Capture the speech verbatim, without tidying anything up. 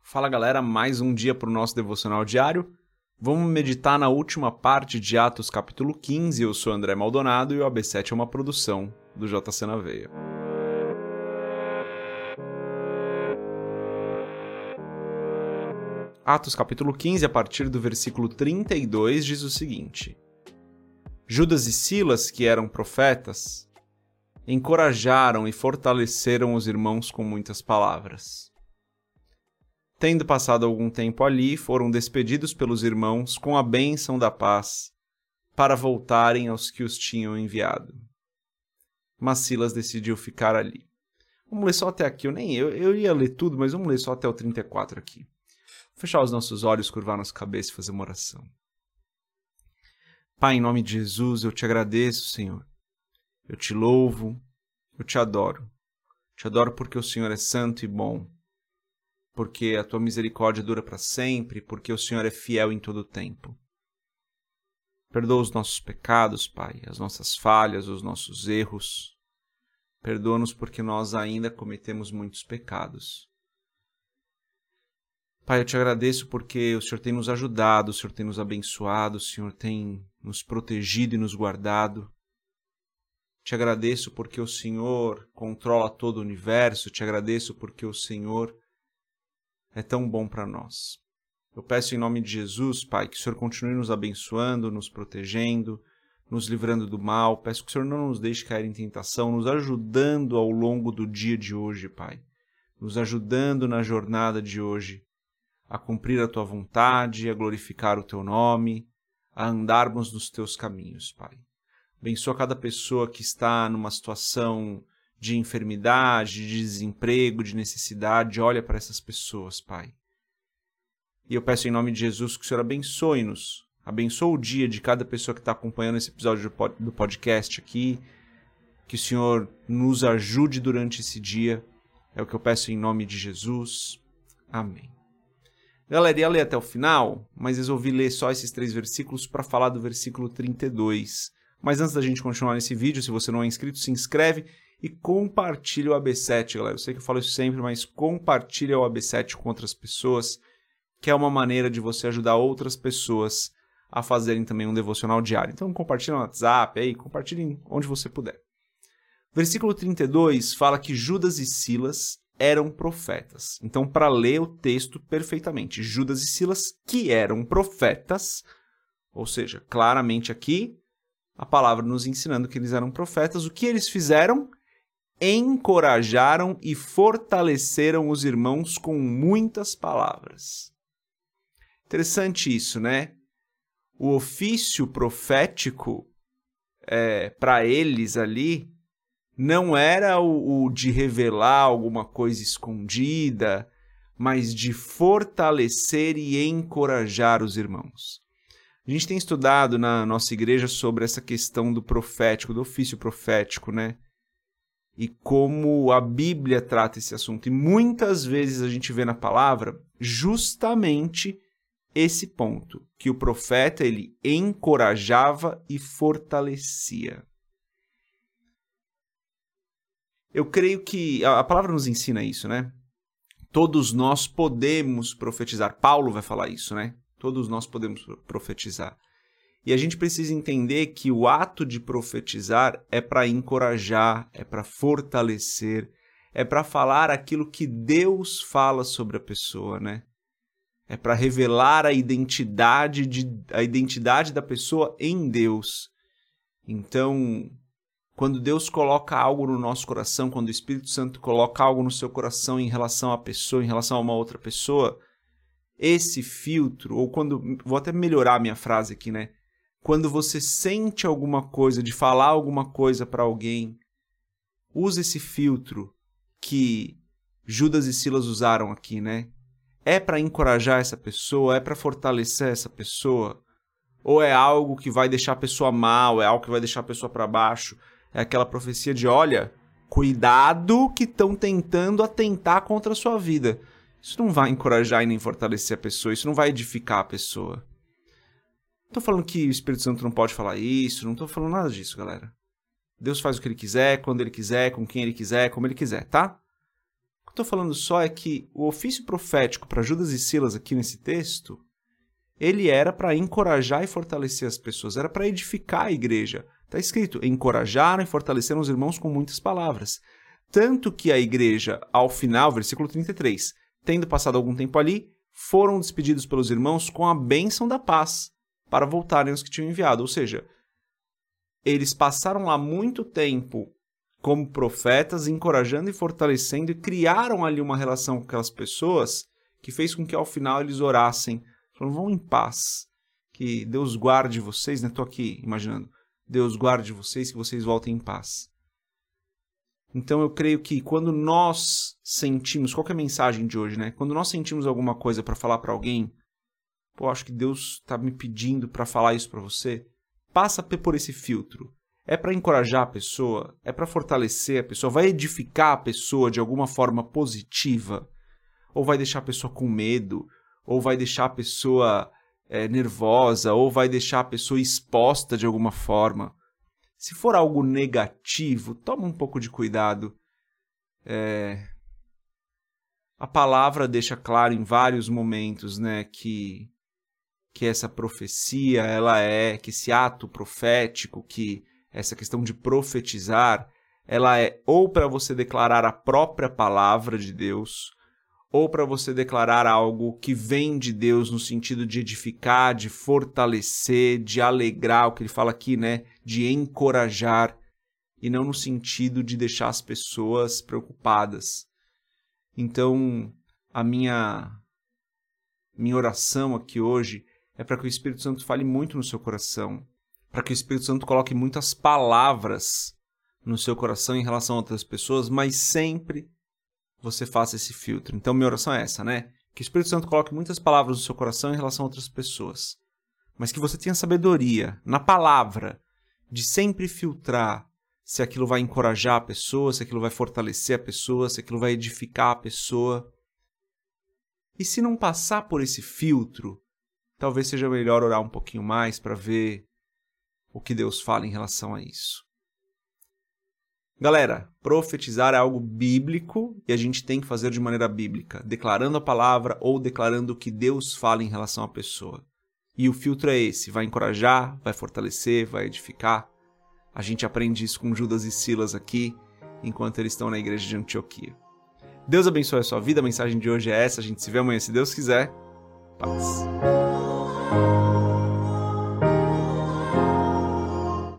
Fala galera, mais um dia para o nosso devocional diário. Vamos meditar na última parte de Atos capítulo quinze. Eu sou André Maldonado e o A B sete é uma produção do J C na Veia. Atos capítulo quinze, a partir do versículo trinta e dois, diz o seguinte: Judas e Silas, que eram profetas, encorajaram e fortaleceram os irmãos com muitas palavras. Tendo passado algum tempo ali, foram despedidos pelos irmãos com a bênção da paz, para voltarem aos que os tinham enviado. Mas Silas decidiu ficar ali. Vamos ler só até aqui. Eu nem eu, eu ia ler tudo, mas vamos ler só até o trinta e quatro aqui. Vou fechar os nossos olhos, curvar nossa cabeça e fazer uma oração. Pai, em nome de Jesus, eu te agradeço, Senhor. Eu te louvo, eu te adoro. Te adoro porque o Senhor é santo e bom. Porque a tua misericórdia dura para sempre, porque o Senhor é fiel em todo o tempo. Perdoa os nossos pecados, Pai, as nossas falhas, os nossos erros. Perdoa-nos porque nós ainda cometemos muitos pecados. Pai, eu te agradeço porque o Senhor tem nos ajudado, o Senhor tem nos abençoado, o Senhor tem nos protegido e nos guardado. Te agradeço porque o Senhor controla todo o universo, te agradeço porque o Senhor é tão bom para nós. Eu peço em nome de Jesus, Pai, que o Senhor continue nos abençoando, nos protegendo, nos livrando do mal. Peço que o Senhor não nos deixe cair em tentação, nos ajudando ao longo do dia de hoje, Pai. Nos ajudando na jornada de hoje a cumprir a Tua vontade, a glorificar o Teu nome, a andarmos nos Teus caminhos, Pai. Abençoa cada pessoa que está numa situação de enfermidade, de desemprego, de necessidade. Olha para essas pessoas, Pai. E eu peço em nome de Jesus que o Senhor abençoe-nos. Abençoe o dia de cada pessoa que está acompanhando esse episódio do podcast aqui. Que o Senhor nos ajude durante esse dia. É o que eu peço em nome de Jesus. Amém. Galera, ia ler até o final, mas resolvi ler só esses três versículos para falar do versículo trinta e dois. Mas antes da gente continuar nesse vídeo, se você não é inscrito, se inscreve e compartilha o A B sete, galera. Eu sei que eu falo isso sempre, mas compartilha o A B sete com outras pessoas, que é uma maneira de você ajudar outras pessoas a fazerem também um devocional diário. Então compartilha no WhatsApp, aí, compartilhe onde você puder. Versículo trinta e dois fala que Judas e Silas eram profetas. Então, para ler o texto perfeitamente, Judas e Silas, que eram profetas, ou seja, claramente aqui, a palavra nos ensinando que eles eram profetas, o que eles fizeram? Encorajaram e fortaleceram os irmãos com muitas palavras. Interessante isso, né? O ofício profético, é, para eles ali, não era o, o de revelar alguma coisa escondida, mas de fortalecer e encorajar os irmãos. A gente tem estudado na nossa igreja sobre essa questão do profético, do ofício profético, né? E como a Bíblia trata esse assunto. E muitas vezes a gente vê na palavra justamente esse ponto, que o profeta ele encorajava e fortalecia. Eu creio que a palavra nos ensina isso, né? Todos nós podemos profetizar. Paulo vai falar isso, né? Todos nós podemos profetizar. E a gente precisa entender que o ato de profetizar é para encorajar, é para fortalecer, é para falar aquilo que Deus fala sobre a pessoa, né? É para revelar a identidade, de, a identidade da pessoa em Deus. Então, quando Deus coloca algo no nosso coração, quando o Espírito Santo coloca algo no seu coração em relação à pessoa, em relação a uma outra pessoa, esse filtro, ou quando, vou até melhorar a minha frase aqui, né? Quando você sente alguma coisa, de falar alguma coisa para alguém, usa esse filtro que Judas e Silas usaram aqui, né? É para encorajar essa pessoa? É para fortalecer essa pessoa? Ou é algo que vai deixar a pessoa mal? É algo que vai deixar a pessoa para baixo? É aquela profecia de, olha, cuidado que estão tentando atentar contra a sua vida. Isso não vai encorajar e nem fortalecer a pessoa, isso não vai edificar a pessoa. Não estou falando que o Espírito Santo não pode falar isso, não estou falando nada disso, galera. Deus faz o que Ele quiser, quando Ele quiser, com quem Ele quiser, como Ele quiser, tá? estou falando só é que o ofício profético para Judas e Silas aqui nesse texto, ele era para encorajar e fortalecer as pessoas, era para edificar a igreja. Está escrito, encorajaram e fortaleceram os irmãos com muitas palavras. Tanto que a igreja, ao final, versículo trinta e três, tendo passado algum tempo ali, foram despedidos pelos irmãos com a bênção da paz, para voltarem aos que tinham enviado. Ou seja, eles passaram lá muito tempo como profetas, encorajando e fortalecendo, e criaram ali uma relação com aquelas pessoas que fez com que ao final eles orassem, falando, vão em paz, que Deus guarde vocês, né? Estou aqui imaginando, Deus guarde vocês, que vocês voltem em paz. Então eu creio que quando nós sentimos, qual que é a mensagem de hoje, né? Quando nós sentimos alguma coisa para falar para alguém, pô, acho que Deus está me pedindo para falar isso para você, passa por esse filtro. É para encorajar a pessoa? É para fortalecer a pessoa? Vai edificar a pessoa de alguma forma positiva? Ou vai deixar a pessoa com medo? Ou vai deixar a pessoa é, nervosa? Ou vai deixar a pessoa exposta de alguma forma? Se for algo negativo, toma um pouco de cuidado. É... A palavra deixa claro em vários momentos, né, que, que essa profecia, ela é, que esse ato profético, que essa questão de profetizar, ela é ou para você declarar a própria palavra de Deus, ou para você declarar algo que vem de Deus no sentido de edificar, de fortalecer, de alegrar, o que ele fala aqui, né? De encorajar, e não no sentido de deixar as pessoas preocupadas. Então, a minha, minha oração aqui hoje é para que o Espírito Santo fale muito no seu coração, para que o Espírito Santo coloque muitas palavras no seu coração em relação a outras pessoas, mas sempre você faça esse filtro. Então, minha oração é essa, né? Que o Espírito Santo coloque muitas palavras no seu coração em relação a outras pessoas, mas que você tenha sabedoria na palavra de sempre filtrar se aquilo vai encorajar a pessoa, se aquilo vai fortalecer a pessoa, se aquilo vai edificar a pessoa. E se não passar por esse filtro, talvez seja melhor orar um pouquinho mais para ver o que Deus fala em relação a isso. Galera, profetizar é algo bíblico e a gente tem que fazer de maneira bíblica, declarando a palavra ou declarando o que Deus fala em relação à pessoa. E o filtro é esse, vai encorajar, vai fortalecer, vai edificar. A gente aprende isso com Judas e Silas aqui, enquanto eles estão na igreja de Antioquia. Deus abençoe a sua vida, a mensagem de hoje é essa, a gente se vê amanhã se Deus quiser. Paz.